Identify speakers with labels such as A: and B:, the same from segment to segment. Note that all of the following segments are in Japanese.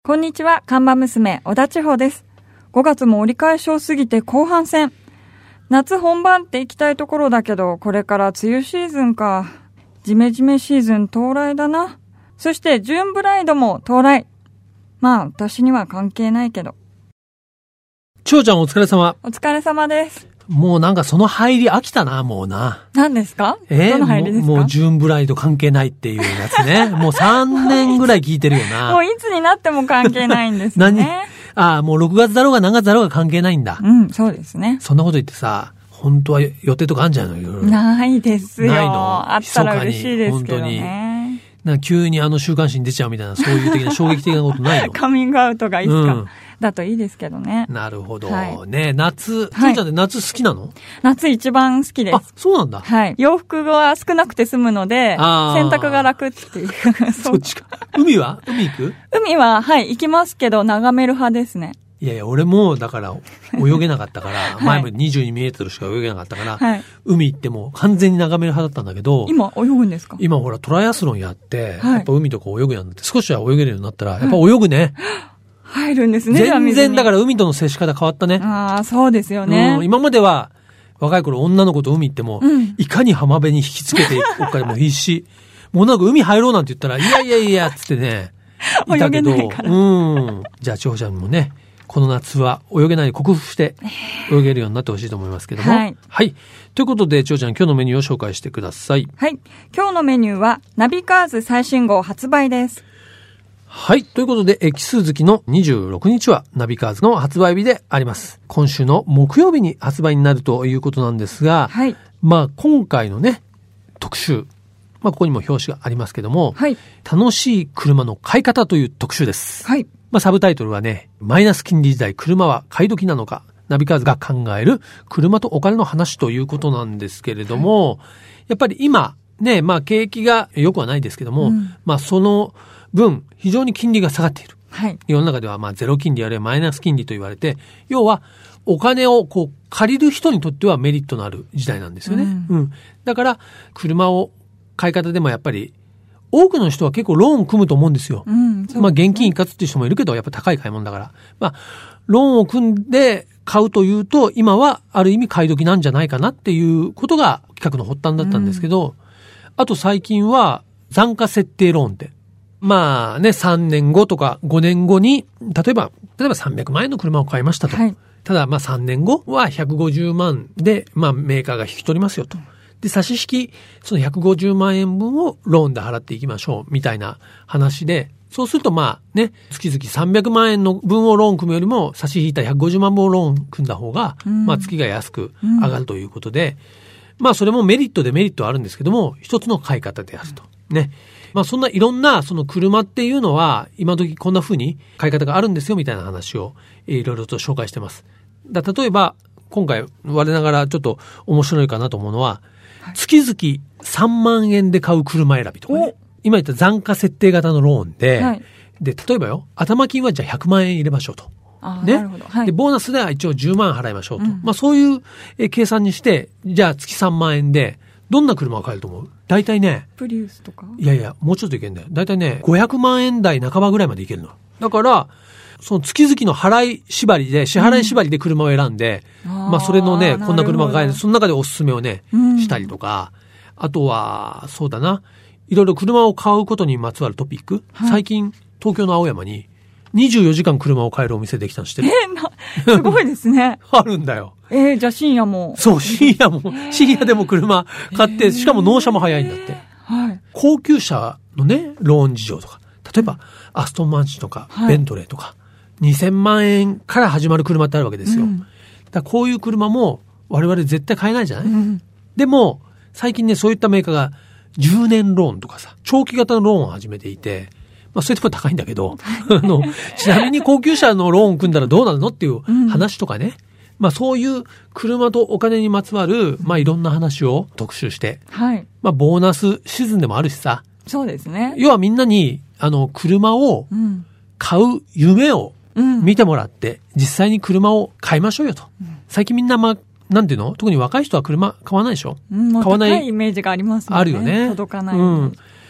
A: こんにちは、看板娘、小田千穂です。5月も折り返しを過ぎて後半戦。夏本番って行きたいところだけど、これから梅雨シーズンか。ジメジメシーズン到来だな。そしてジューンブライドも到来。まあ、私には関係ないけど。
B: 長ちゃんお疲れ様。
A: お疲れ様です。
B: もうなんかその入り飽きたな、もうな。
A: 何ですか？どの入りですか？
B: もうジューンブライド関係ないっていうやつね。もう3年ぐらい聞いてるよな。
A: もういつになっても関係ないんですね。
B: もう6月だろうが何月だろうが関係ないんだ。
A: うん、そうですね。
B: そんなこと言ってさ、本当は予定とかあんじゃないの？
A: ないですよ。
B: ないの？
A: あったら嬉しいですけどね。
B: なんか急に週刊誌に出ちゃうみたいな、そういう的な衝撃的なことないの？
A: カミングアウトがいつか、だといいですけどね。
B: なるほど。
A: はい、
B: ね、夏、ちょうちゃんって夏好きなの？
A: 夏一番好きです。
B: あ、そうなんだ。
A: はい。洋服が少なくて済むので、洗濯が楽っていう。
B: そっちか。海行く？
A: 海は、はい、行きますけど、眺める派ですね。
B: いやいや、俺も、だから、泳げなかったから、はい、前も22メートルしか泳げなかったから、はい、海行っても完全に眺める派だったんだけど、
A: 今泳ぐんですか？
B: 今ほら、トライアスロンやって、はい、やっぱ海とか泳ぐようになって、少しは泳げるようになったら、やっぱ泳ぐね。
A: 入るんですね。
B: 全然だから海との接し方変わったね。
A: ああ、そうですよね。
B: 今までは、若い頃女の子と海行っても、いかに浜辺に引きつけておくかでも必死。もうなんか海入ろうなんて言ったら、いや、つってね、いたけど、
A: 泳げないから。
B: じゃあ、長ちゃんもね、この夏は泳げないで克服して泳げるようになってほしいと思いますけども。はい。はい。ということで、長ちゃん今日のメニューを紹介してください。
A: はい。今日のメニューは、ナビカーズ最新号発売です。
B: はい。ということで、奇数月の26日はナビカーズの発売日であります。今週の木曜日に発売になるということなんですが、はい。まあ、今回のね、特集。まあ、ここにも表紙がありますけども、はい。楽しい車の買い方という特集です。はい。まあ、サブタイトルはね、マイナス金利時代車は買い時なのか、ナビカーズが考える車とお金の話ということなんですけれども、はい、やっぱり今、ね、まあ、景気が良くはないですけども、まあ、その分、非常に金利が下がっている。はい。世の中では、まあ、ゼロ金利あるいはマイナス金利と言われて、要は、お金をこう、借りる人にとってはメリットのある時代なんですよね。だから、車を買い方でもやっぱり、多くの人は結構ローン組むと思うんですよ。まあ現金一括っていう人もいるけど、やっぱ高い買い物だから。まあ、ローンを組んで買うというと、今はある意味買い時なんじゃないかなっていうことが企画の発端だったんですけど、あと最近は残価設定ローンって。まあね、3年後とか5年後に、例えば300万円の車を買いましたと。はい、ただまあ3年後は150万で、まあメーカーが引き取りますよと。で、差し引き、その150万円分をローンで払っていきましょう、みたいな話で、そうするとまあね、月々300万円の分をローン組むよりも、差し引いた150万分をローン組んだ方が、まあ月が安く上がるということで、まあそれもメリットでメリットはあるんですけども、一つの買い方であると。ね。まあそんないろんなその車っていうのは、今時こんな風に買い方があるんですよ、みたいな話をいろいろと紹介してます。例えば、今回我ながらちょっと面白いかなと思うのは、月々3万円で買う車選びとかね。今言った残価設定型のローンで、はい、で、例えばよ、頭金はじゃあ100万円入れましょうと。ね。なるほど。はい。で、ボーナスでは一応10万円払いましょうと。まあそういう計算にして、じゃあ月3万円で、どんな車を買えると思う？大体ね。
A: プリウスとか？
B: いや、もうちょっといけんだよ。大体ね、500万円台半ばぐらいまでいけるの。だから、その月々の払い縛りで、支払い縛りで車を選んで、まあそれのね、こんな車が買える。その中でおすすめをね、したりとか、あとは、そうだな、いろいろ車を買うことにまつわるトピック。はい、最近、東京の青山に、24時間車を買えるお店できたの知ってる？
A: すごいですね。
B: あるんだよ。
A: じゃあ深夜も。
B: そう、深夜でも車買って、しかも納車も早いんだって。はい。高級車のね、ローン事情とか、例えば、アストンマーチンとか、ベントレーとか、2000万円から始まる車ってあるわけですよ。だからこういう車も我々絶対買えないじゃない？でも、最近ね、そういったメーカーが10年ローンとかさ、長期型のローンを始めていて、まあそれでも高いんだけど、ちなみに高級車のローン組んだらどうなるのっていう話とかね、まあそういう車とお金にまつわる、まあいろんな話を特集して、はい。まあボーナスシーズンでもあるしさ、
A: そうですね。
B: 要はみんなに、車を買う夢を見てもらって、実際に車を買いましょうよと。最近みんななんていうの？特に若い人は車買わないでしょ？買わない。
A: 高いイメージがありますもんね。
B: あるよね。
A: 届かない。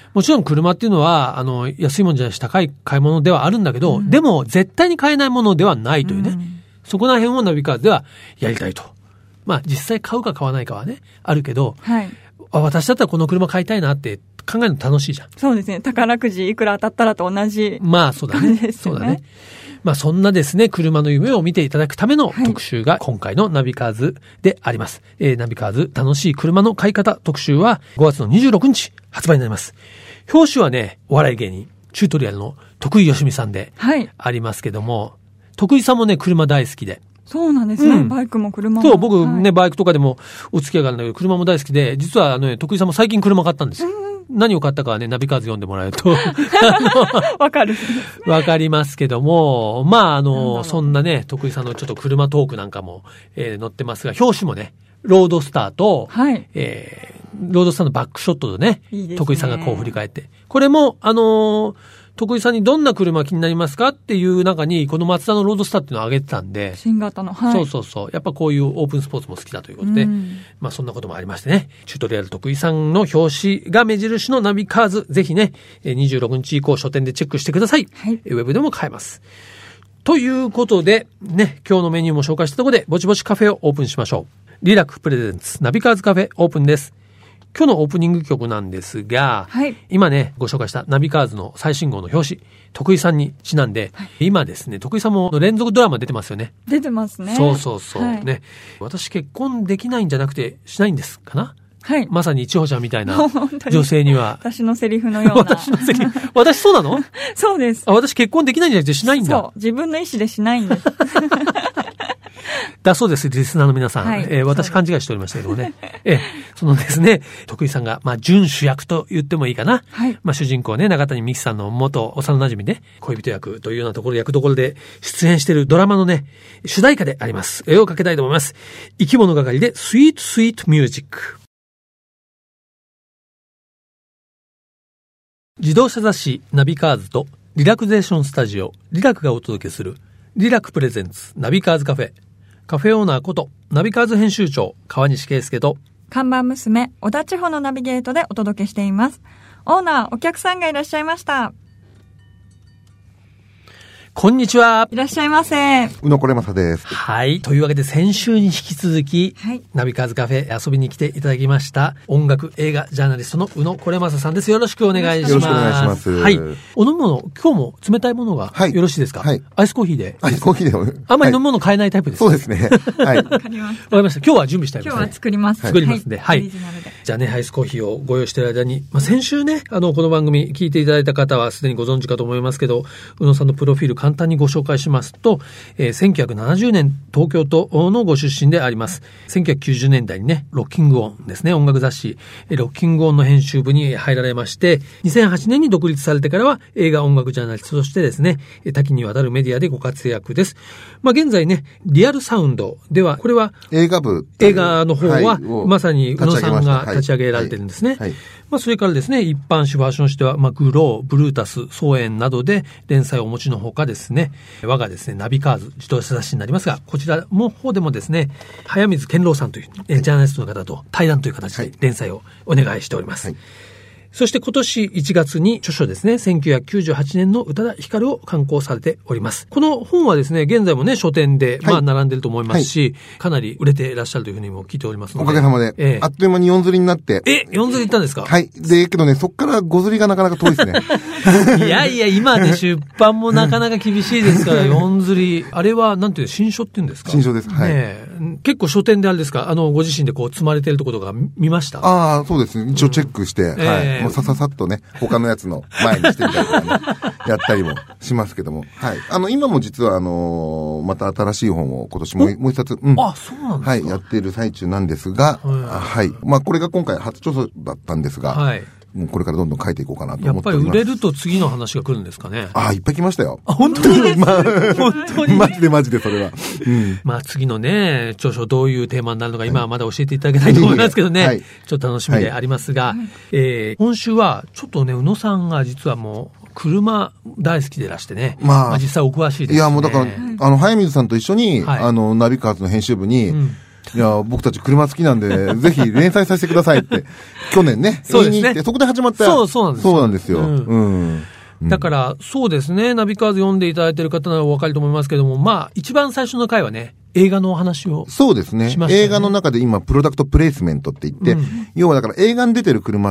B: もちろん車っていうのは、安いものじゃないし高い買い物ではあるんだけど、でも絶対に買えないものではないというね。そこら辺をナビカーズではやりたいと。まあ実際買うか買わないかはね、あるけど、はい、私だったらこの車買いたいなって考えるの楽しいじゃん。
A: そうですね。宝くじいくら当たったらと同じ。
B: まあそうだね。そうだね。まあそんなですね、車の夢を見ていただくための特集が今回のナビカーズであります。ナビカーズ楽しい車の買い方特集は5月の26日発売になります。表紙はね、お笑い芸人、チュートリアルの徳井よしみさんでありますけども、徳井さんもね、車大好きで。
A: そうなんですね。バイクも車も。
B: そう、僕ね、バイクとかでもお付き合いがあるんだけど、車も大好きで、実は徳井さんも最近車買ったんですよ。何を買ったかはね、ナビカーズ読んでもらえると。
A: わかる。
B: わかりますけども、まあそんなね、徳井さんのちょっと車トークなんかも、載ってますが、表紙もね、ロードスターと、はい、ロードスターのバックショットとね、徳井さんがこう振り返って。これも、徳井さんにどんな車気になりますかっていう中に、このマツダのロードスターっていうのを挙げてたんで。
A: 新型の。はい。
B: そうそうそう。やっぱこういうオープンスポーツも好きだということで、まあそんなこともありましてね。チュートリアル徳井さんの表紙が目印のナビカーズ、ぜひね、26日以降書店でチェックしてください。はい。ウェブでも買えます。ということで、ね、今日のメニューも紹介したところで、ぼちぼちカフェをオープンしましょう。リラクプレゼンツナビカーズカフェオープンです。今日のオープニング曲なんですが、はい、今ね、ご紹介したナビカーズの最新号の表紙、徳井さんにちなんで、はい、今ですね、徳井さんも連続ドラマ出てますよね。
A: 出てますね。
B: そうそうそう、はい、ね。私結婚できないんじゃなくてしないんですかな。はい。まさに千穂ちゃんみたいな女性には。
A: 私のセリフのような。
B: 私のセリフ。私そうなの？
A: そうです。
B: 私結婚できないんじゃなくてしないんだ。
A: そう。自分の意思でしないんです。
B: だそうです、リスナーの皆さん。はい、私勘違いしておりましたけどもね。そのですね、徳井さんが、まあ、準主役と言ってもいいかな。はい。まあ、主人公ね、中谷美紀さんの元幼馴染で、恋人役というようなところ、役どころで出演しているドラマのね、主題歌であります。絵をかけたいと思います。生き物係で、スイートスイートミュージック。自動車雑誌ナビカーズとリラクゼーションスタジオリラクがお届けするリラクプレゼンツナビカーズカフェ。カフェオーナーことナビカーズ編集長川西圭介と
A: 看板娘小田千穂のナビゲートでお届けしています。オーナー、お客さんがいらっしゃいました。
B: こんにちは。
A: いらっしゃいませ。
C: 宇野これまさです。
B: はい。というわけで先週に引き続き、はい、ナビカーズカフェ遊びに来ていただきました音楽映画ジャーナリストの宇野これまささんです。よろしくお願いします。
C: よろしくお願いします。
B: はい。お飲み物、今日も冷たいものがよろしいですか？はい。アイスコーヒーで。
C: アイスコーヒーで。
B: あんまり飲み物買えないタイプですか？
C: そうですね。はい。
A: わかりました。
B: わかりました。今日は準備したいですね。
A: 今日は作ります。
B: 作りますんで。はい。じゃあね、アイスコーヒーをご用意している間に、まあ、先週ね、この番組聞いていただいた方はすでにご存知かと思いますけど、宇野さんのプロフィール簡単にご紹介しますと、1970年東京都のご出身であります。1990年代にね、ロッキングオンですね、音楽雑誌ロッキングオンの編集部に入られまして、2008年に独立されてからは映画音楽ジャーナリストとしてですね、多岐にわたるメディアでご活躍です。まあ現在ね、リアルサウンドでは、これは
C: 映画部、
B: 映画の方は、まさに宇野さんが立ち上げられてるんですね。はいはい、まあそれからですね、一般紙ファッション誌では、まあグロー、ブルータス、ソーエンなどで連載をお持ちのほかですね、我がですね、ナビカーズ自動車雑誌になりますが、こちらの方でもですね、早水健郎さんというジャーナリストの方と対談という形で連載をお願いしております。はいはい、そして今年1月に著書ですね、1998年の宇多田ヒカルを刊行されております。この本はですね、現在もね、書店で、まあ並んでると思いますし、はい、かなり売れていらっしゃるというふうにも聞いておりますので。
C: おかげさまで、あっという間に4釣りになって。
B: 4釣り行ったんですか？
C: はい。で、けどね、そっから5釣りがなかなか遠いですね。
B: いやいや、今ね、出版もなかなか厳しいですから、4釣り。あれは、なんていう、新書って言うんですか？
C: 新書です。はい。
B: 結構書店であれですか、ご自身でこう積まれてるところが見ました？
C: ああ、そうですね。一応チェックして、はい。もうさっとね、他のやつの前にしてみたりとかね、やったりもしますけども。はい。今も実はまた新しい本を今年もう一冊、
B: あ、そうなんですか？
C: はい、やっている最中なんですが、はい。まあ、これが今回初著書だったんですが、はい。もうこれからどんどん書いていこうかなと思っております。
B: やっぱり売れると次の話が来るんですかね。
C: いっぱい来ましたよ。
B: 本当に
C: まあ、本当にマジでそれは。
B: まあ次のね、著書どういうテーマになるのか今はまだ教えていただけないと思いますけどね。はい、ちょっと楽しみでありますが、今週はちょっとね、宇野さんが実はもう、車大好きでいらしてね。まあ実際お詳しいですね。
C: いや、もうだから、早水さんと一緒に、ナビカーズの編集部に、 いや、僕たち車好きなんで、ぜひ連載させてくださいって、去年ね、
B: そうですね。
C: 言いに行って、そこで始まった。
B: そうなんですよ。
C: そうなんですよ。
B: だから、そうですね、ナビカーズ読んでいただいている方ならお分かりと思いますけども、まあ、一番最初の回はね、映画のお話を、
C: そうですね。映画の中で今、プロダクトプレイスメントって言って、要はだから映画に出てる車って、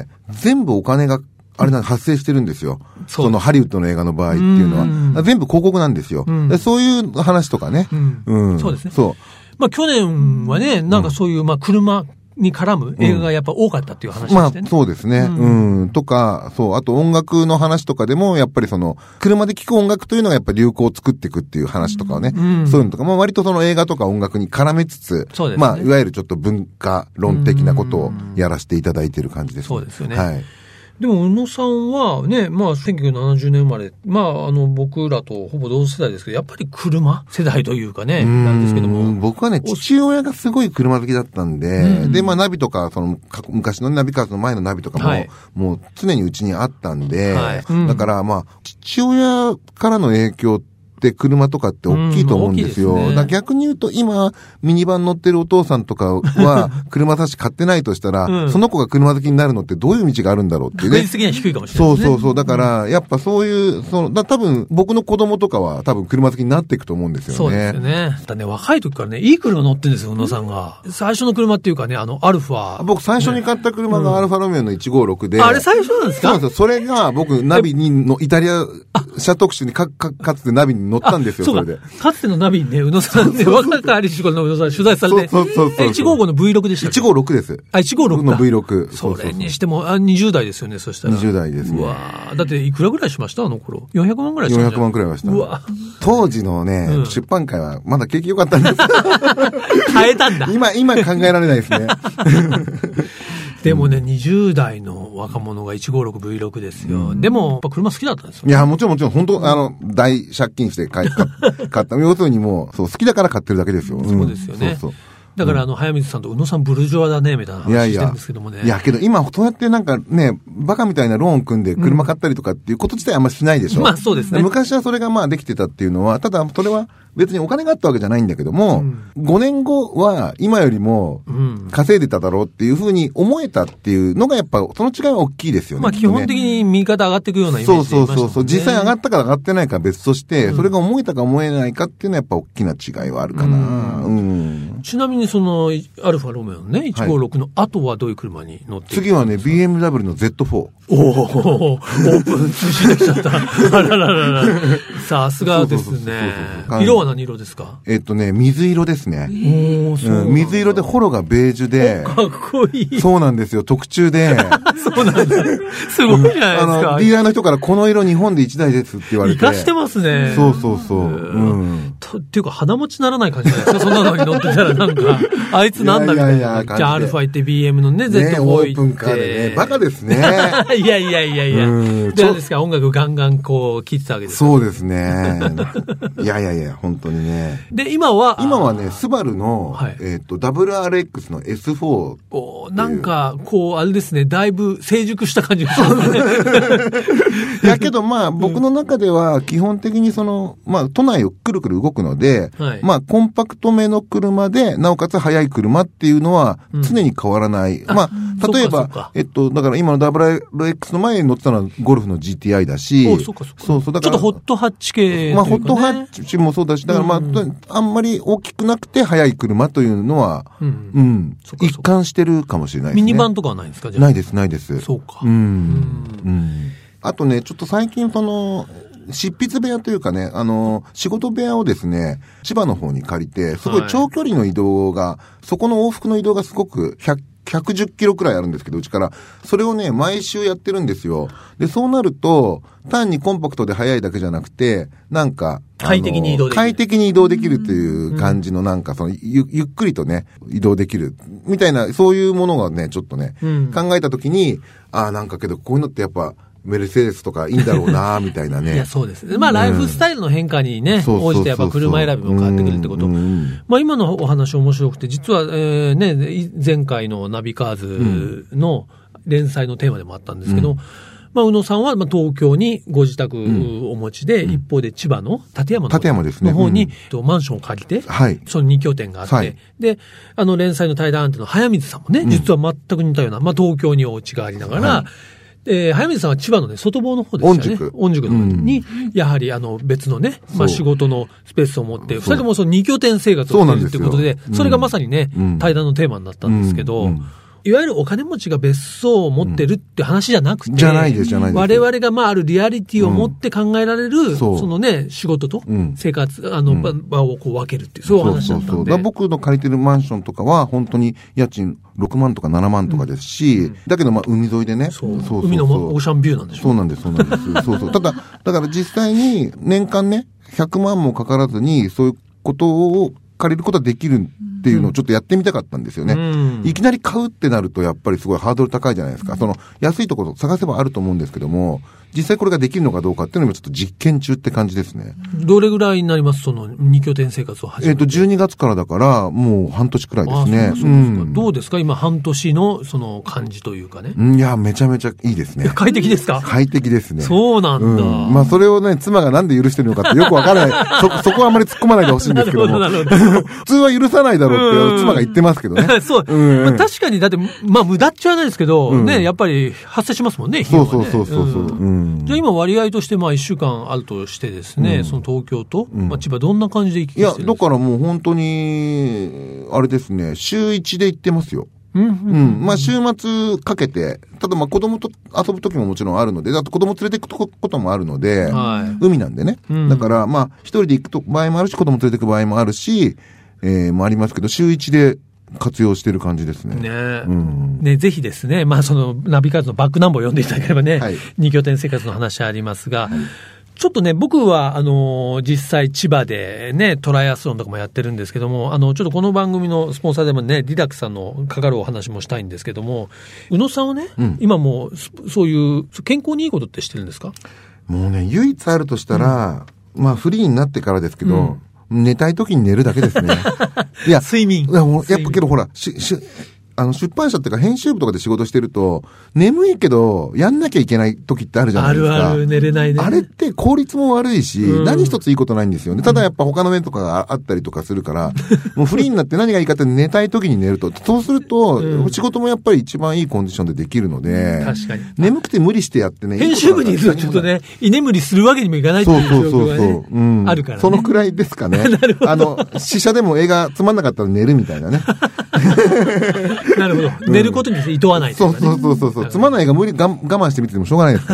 C: 全部お金が、発生してるんですよ。そのハリウッドの映画の場合っていうのは。全部広告なんですよ。そういう話とかね。
B: そうですね。まあ去年はね、なんかそういう、まあ車に絡む映画がやっぱ多かったっていう話でしたね。
C: まあそうですね。とか、そう、あと音楽の話とかでも、やっぱりその、車で聴く音楽というのがやっぱり流行を作っていくっていう話とかをね。そういうのとか、まあ割とその映画とか音楽に絡めつつ、まあいわゆるちょっと文化論的なことをやらせていただいている感じですね。
B: そうですよね。
C: はい。
B: でも、宇野さんはね、まあ、1970年生まれ、まあ、僕らとほぼ同世代ですけど、やっぱり車世代というかね、なんですけども。
C: 僕はね、父親がすごい車好きだったんで、で、まあ、ナビとか、その、昔のナビカーズの前のナビとかも、もう常にうちにあったんで、だから、まあ、父親からの影響って車とかって大きいと思うんですよ。だから逆に言うと今ミニバン乗ってるお父さんとかは車差し買ってないとしたら、その子が車好きになるのってどういう道があるんだろうっていうね。
B: 確率的には低いかもしれないですね。
C: そう。だから、やっぱそういう、多分僕の子供とかは多分車好きになっていくと思うんですよね。
B: そうですよね。だね、若い時からね、いい車乗ってるんですよ、宇野さんが。最初の車っていうかね、アルファ。
C: 僕最初に買った車がアルファロメオの156で。
B: あれ最初なんですか？
C: そうなんですよ。それが僕ナビにのイタリア車特集にかつてナビに乗ったんですよ、それで。
B: かつてのナビにね、宇野さんね、若かりし頃の宇野さん取材されて。そう。155の V6 でしたっけ？
C: 156です。
B: 156
C: の V6。
B: それにしても、20代ですよね、そしたら。
C: 20代ですね。
B: うわだっていくらぐらいしましたあの頃。400万ぐらいした
C: 400万くらいました。
B: うわ
C: 当時のね、出版会はまだ景気良かったんです。
B: 変えたんだ。
C: 今考えられないですね。
B: でもね、20代の若者が 156V6 ですよ。でも、やっぱ車好きだったんですよ。
C: いや、もちろん、本当大借金して買った。要するにもう、そう、好きだから買ってるだけですよ。
B: そうですよね。そう。だから早水さんと宇野さんブルジョワだね、みたいな話してるんですけどもね。
C: いや、けど今、そうやってなんかね、バカみたいなローン組んで車買ったりとかっていうこと自体あんましないでしょ。
B: まあそうですね。
C: 昔はそれがまあできてたっていうのは、ただそれは別にお金があったわけじゃないんだけども、5年後は今よりも稼いでただろうっていうふうに思えたっていうのがやっぱ、その違いは大きいですよね。
B: まあ基本的に右肩上がっていくようなイメージで、ね。
C: そう。実際上がったか上がってないかは別として、それが思えたか思えないかっていうのはやっぱ大きな違いはあるかな。
B: ちなみにその、アルファロメオのね、156の後はどういう車に乗ってる？
C: 次はね、BMW の Z4。
B: オープン通信できちゃった。あらら。さすがですね。色は何色ですか？
C: 水色ですね。水色でホロがベージュで。
B: かっこいい。
C: そうなんですよ。特注で。
B: そうなんだ。すごいじゃないですか。
C: ディーラーの人からこの色日本で1台ですって言われて。
B: 活かしてますね。
C: そう。
B: っていうか鼻持ちならない感じじゃないですか。そんなのに乗ってたらなんか、あいつなんだみたいな。じゃあアルファ行って BM のね、Z4 行って。
C: オープンカーでね。バカですね。
B: いや。どうですか、音楽ガンガンこう聴いてたわけですか？
C: そうですね。いや、本当にね。
B: で、今は
C: ね、スバルの、WRX の S4。
B: なんか、こう、あれですね、だいぶ成熟した感じがしますね。
C: やけど、まあ、僕の中では、基本的にまあ、都内をくるくる動くので、まあ、コンパクトめの車で、なおかつ速い車っていうのは、常に変わらない。まあ、例えば、だから今の WRX の前に乗ってたのは、ゴルフの GTI だし、
B: そう、だから、ちょっとホットハッチ系。
C: まあ、ホットハッチもそうだし、だからまあ、あんまり大きくなくて速い車というのは、一貫してるかもしれないですね。
B: ミニバンとかはないんですか？
C: ないです。
B: そうか。
C: あとね、ちょっと最近執筆部屋というかね、仕事部屋をですね、千葉の方に借りて、すごい長距離の移動が、そこの往復の移動がすごく110キロくらいあるんですけど、うちから。それをね、毎週やってるんですよ。で、そうなると、単にコンパクトで速いだけじゃなくて、なんか、
B: 快適に移動
C: できるという感じのなんか、ゆっくりとね、移動できる。みたいな、そういうものがね、ちょっとね、考えたときに、なんかけど、こういうのってやっぱ、メルセデスとかいいんだろうなみたいなね。
B: いや、そうですね。まあ、ライフスタイルの変化にね、応じてやっぱ車選びも変わってくるってこと。まあ、今のお話面白くて、実は、ね、前回のナビカーズの連載のテーマでもあったんですけど、 まあ、宇野さんは東京にご自宅をお持ちで、一方で千葉の館山の方に、マンションを借りて、その2拠点があって、で、連載の対談アンテの早水さんもね、実は全く似たような、まあ、東京にお家がありながら、早水さんは千葉のね、外房の方でしたね。御宿の方に、やはり別のね、まあ仕事のスペースを持って、二人ともその2拠点生活をしているということで、それがまさにね、対談のテーマになったんですけど、いわゆるお金持ちが別荘を持ってるって話じゃなくて、
C: じゃないです。
B: 我々がまああるリアリティを持って考えられる、そのね、仕事と生活、場をこう分けるっていう、そういう話だったんで。
C: 僕の借りてるマンションとかは、本当に家賃6万とか7万とかですし、だけどまあ海沿いでね。
B: 海のオーシャンビューなんでしょ。
C: そうなんです。ただから実際に年間ね、100万もかからずに、そういうことを借りることはできるっていうのをちょっとやってみたかったんですよね。いきなり買うってなるとやっぱりすごいハードル高いじゃないですか。その安いところ探せばあると思うんですけども、実際これができるのかどうかっていうのもちょっと実験中って感じですね。
B: どれぐらいになりますその2拠点生活を始めて。
C: 12月からだからもう半年くらいですね。
B: どうですか今半年のその感じというかね。
C: いや、めちゃめちゃいいですね。
B: 快適ですか？
C: 快適ですね。
B: そうなんだ。
C: まあそれをね、妻がなんで許してるのかってよくわからない。そこはあんまり突っ込まないでほしいんですけども。普通は許さないだろうって妻が言ってますけどね。
B: そう。まあ確かにだって、まあ無駄っちゃないですけど、ね、やっぱり発生しますもんね、
C: そう。じ
B: ゃあ今割合としてまあ1週間あるとしてですね、その東京と、まあ千葉どんな感じで行き来してるんですか？
C: いや、だからもう本当に、あれですね、週1で行ってますよ。まあ週末かけて、ただまあ子供と遊ぶ時ももちろんあるので、あと子供連れて行くこともあるので、海なんでね。だからまあ一人で行く場合もあるし、子供連れて行く場合もあるし、もありますけど、週1で活用してる感じですね。
B: ね、ぜひですね、まあそのナビカーズのバックナンバーを読んでいただければね、2拠点生活の話ありますが、ちょっとね、僕は、実際千葉でね、トライアスロンとかもやってるんですけども、ちょっとこの番組のスポンサーでもね、リラックさんのかかるお話もしたいんですけども、宇野さんはね、今もう、そういう健康にいいことって知ってるんですか？
C: もうね、唯一あるとしたら、まあフリーになってからですけど、寝たい時に寝るだけですね。
B: いや、睡眠。
C: やっぱけどほら、出版社っていうか編集部とかで仕事してると、眠いけど、やんなきゃいけない時ってあるじゃないですか。
B: ある、寝れないね。
C: あれって効率も悪いし、何一ついいことないんですよね。ただやっぱ他の面とかがあったりとかするから、もうフリーになって何がいいかって寝たい時に寝ると。そうすると、仕事もやっぱり一番いいコンディションでできるので、
B: 確かに。
C: 眠くて無理してやってね。
B: 編集部にいるとちょっとね、居眠りするわけにもいかないっていう状況がね、あるからね。
C: そのくらいですかね。なるほど。試写でも映画つまんなかったら寝るみたいなね。
B: なるほど。寝ることにいとわない、ね。
C: そう。つまんないが我慢してみててもしょうがないですから。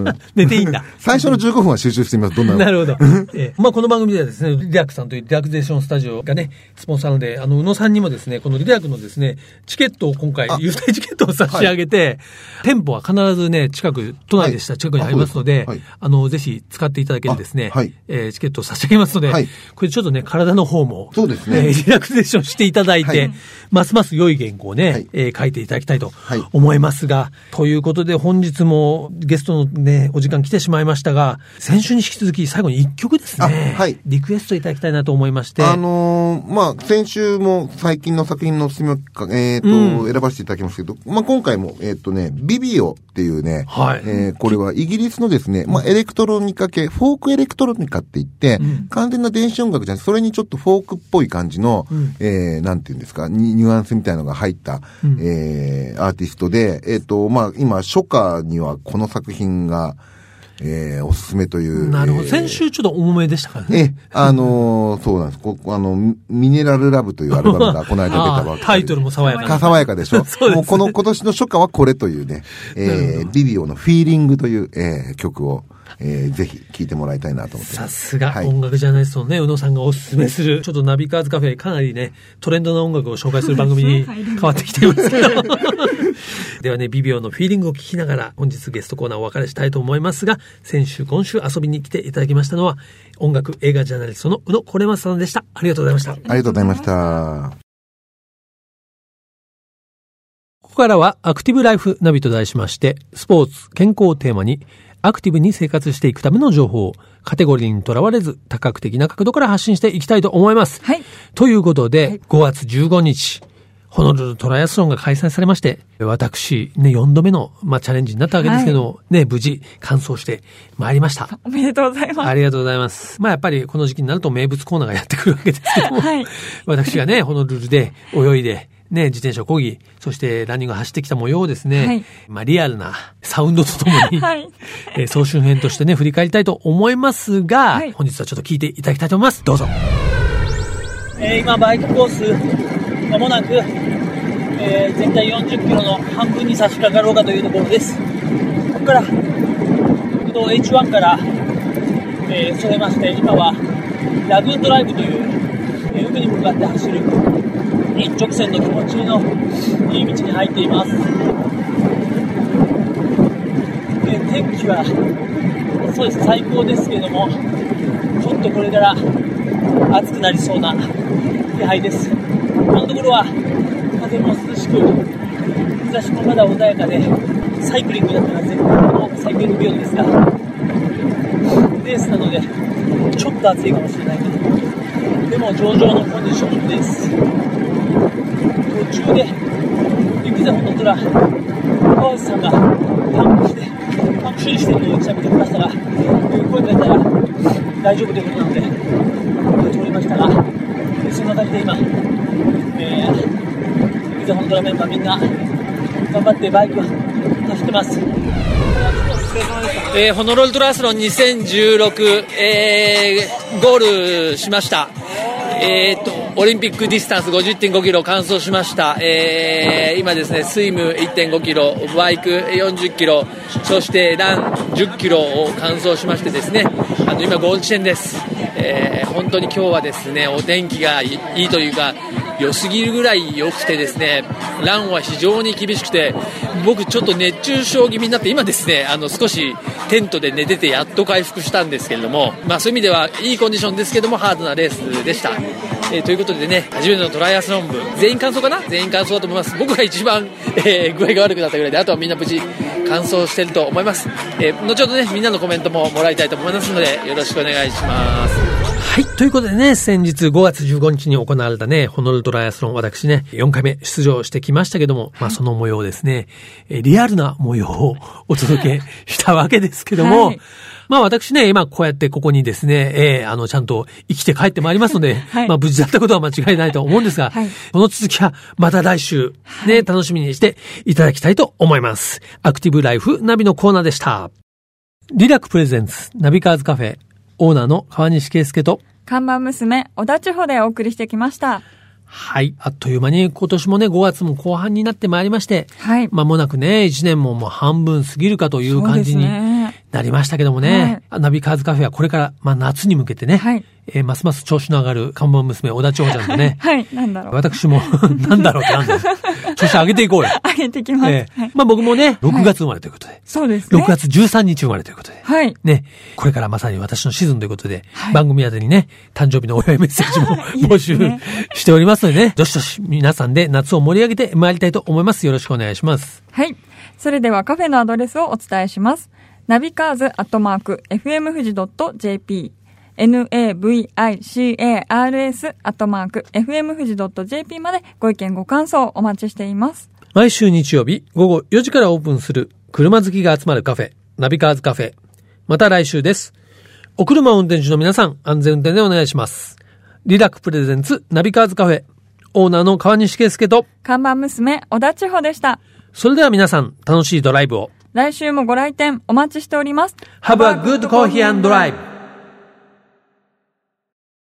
B: 寝ていいんだ。
C: 最初の15分は集中してみます。どんなの。
B: なるほど。まあこの番組ではですね、リラックさんというリラクゼーションスタジオがね、スポンサーなので、宇野さんにもですね、このリラックのですね、チケットを今回、優待チケットを差し上げて、店舗は必ずね、都内でした近くにありますので、ぜひ使っていただけるですね、チケットを差し上げますので、これちょっとね、体の方も、
C: そうですね。
B: リラクゼーションしていただいて、ますます良い原稿をね、書いていただきたいと思いますが、ということで本日もゲストのね、お時間来てしまいましたが、先週に引き続き最後に1曲ですね、リクエストいただきたいなと思いまして。
C: まあ、先週も最近の作品のおすすめを、選ばせていただきましたけど、まあ、今回も、ビビオっていうね、これはイギリスのですね、まあ、エレクトロニカ系、フォークエレクトロニカって言って、完全な電子音楽じゃなくて、それにちょっとフォークっぽい感じの、なんていうんですか、ニュアンスみたいなのが入った、アーティストで、まあ、今、初夏にはこの作品が、おすすめという。
B: なるほど。先週ちょっと重めでしたからね。
C: そうなんです。ミネラルラブというアルバムがこの間出たばっかり。
B: タイトルも爽やか。
C: 爽やかでしょ。そうですね。もう今年の初夏はこれというね、ビビオのフィーリングという、曲を、ぜひ聴いてもらいたいなと思って。
B: さすが、音楽ジャーナリストのね、宇野さんがおすすめする、ちょっとナビカーズカフェかなりね、トレンドな音楽を紹介する番組に変わってきていますけど。ではね、ビビオのフィーリングを聞きながら、本日ゲストコーナーをお別れしたいと思いますが、先週、今週遊びに来ていただきましたのは、音楽映画ジャーナリストの宇野これまさんでした。ありがとうございました。あ
C: りがとうございました。
B: ここからは、アクティブライフナビと題しまして、スポーツ、健康をテーマに、アクティブに生活していくための情報をカテゴリーにとらわれず多角的な角度から発信していきたいと思います。ということで、5月15日、 ホノルルトライアスロンが開催されまして、私、ね、4度目の、チャレンジになったわけですけど、ね、無事完走してまいりました。
A: おめでとうございます。
B: ありがとうございます。やっぱりこの時期になると名物コーナーがやってくるわけですけども、私がね、ホノルルで泳いで、ね、自転車を漕ぎ、そしてランニングを走ってきた模様をですね、リアルなサウンドとともに、総集編としてね、振り返りたいと思いますが、本日はちょっと聞いていただきたいと思います。どうぞ。
D: 今、バイクコース、まもなく、全体40キロの半分に差し掛かろうかというところです。ここから、国道 H1 から、それまして、今は、ラグーンドライブという、海に向かって走る、一直線の気持ちのいい道に入っています。天気はそうです、最高ですけども、ちょっとこれから暑くなりそうな気配です。このところは風も涼しく、日差しもまだ穏やかで、サイクリングだったら絶好のサイクリング日和ですが、レースなのでちょっと暑いかもしれないけど、でも上々のコンディションです。途中で雪座の虎川内さんがパンク修理しているのを一度見てきましたが、声かけたら大丈夫ということなので通りましたが、そんな感じで今、雪座の虎メンバーみんな頑張ってバイクを走ってます。
E: ホノルルトライアスロン2016、ゴールしました。オリンピックディスタンス 50.5 キロ完走しました。今ですね、スイム 1.5 キロ、バイク40キロ、そしてラン10キロを完走しましてですね、今ゴール地点です。本当に今日はですね、お天気がいいというか、良すぎるぐらい良くてですね、ランは非常に厳しくて、僕ちょっと熱中症気味になって、今ですね、少しテントで寝ててやっと回復したんですけれども、そういう意味ではいいコンディションですけども、ハードなレースでした。ということでね、初めてのトライアスロン部、全員完走かな？全員完走だと思います。僕が一番、具合が悪くなったぐらいで、あとはみんな無事完走してると思います。後ほどね、みんなのコメントももらいたいと思いますので、よろしくお願いします。
B: はい。ということでね、先日5月15日に行われたね、ホノルルトライアスロン、私ね、4回目出場してきましたけども、その模様ですね、リアルな模様をお届けしたわけですけども、私ね、今こうやってここにですね、ちゃんと生きて帰ってまいりますので、無事だったことは間違いないと思うんですが、この続きはまた来週ね、楽しみにしていただきたいと思います。アクティブライフナビのコーナーでした。リラックプレゼンツナビカーズカフェ、オーナーの川西圭介と
A: 看板娘小田千穂でお送りしてきました。
B: はい。あっという間に今年もね、5月も後半になってまいりまして、間もなくね、1年ももう半分過ぎるかという感じになりましたけどもね、ナビカーズカフェはこれから、夏に向けてね、ますます調子の上がる看板娘小田千穂ちゃんとね、
A: なんだろう。
B: 私も、なんだろうってなんだろう。調子上げていこうよ。
A: 上げてきます。
B: 僕もね、6月生まれということで。
A: そうですね。
B: 6月13日生まれということで。ね、これからまさに私のシーズンということで、番組宛てにね、誕生日のお祝いメッセージも募集しておりますのでね、どしどし皆さんで夏を盛り上げてまいりたいと思います。よろしくお願いします。
A: はい。それではカフェのアドレスをお伝えします。ナビカーズ@fm富士.jp navicars@fm富士.jp までご意見ご感想お待ちしています。
B: 毎週日曜日午後4時からオープンする車好きが集まるカフェ、ナビカーズカフェ。また来週です。お車運転手の皆さん、安全運転でお願いします。リラックプレゼンツナビカーズカフェ、オーナーの川西圭介と
A: 看板娘小田千穂でした。
B: それでは皆さん、楽しいドライブを。
A: 来週もご来店お待ちしております。
B: Have a good coffee and drive!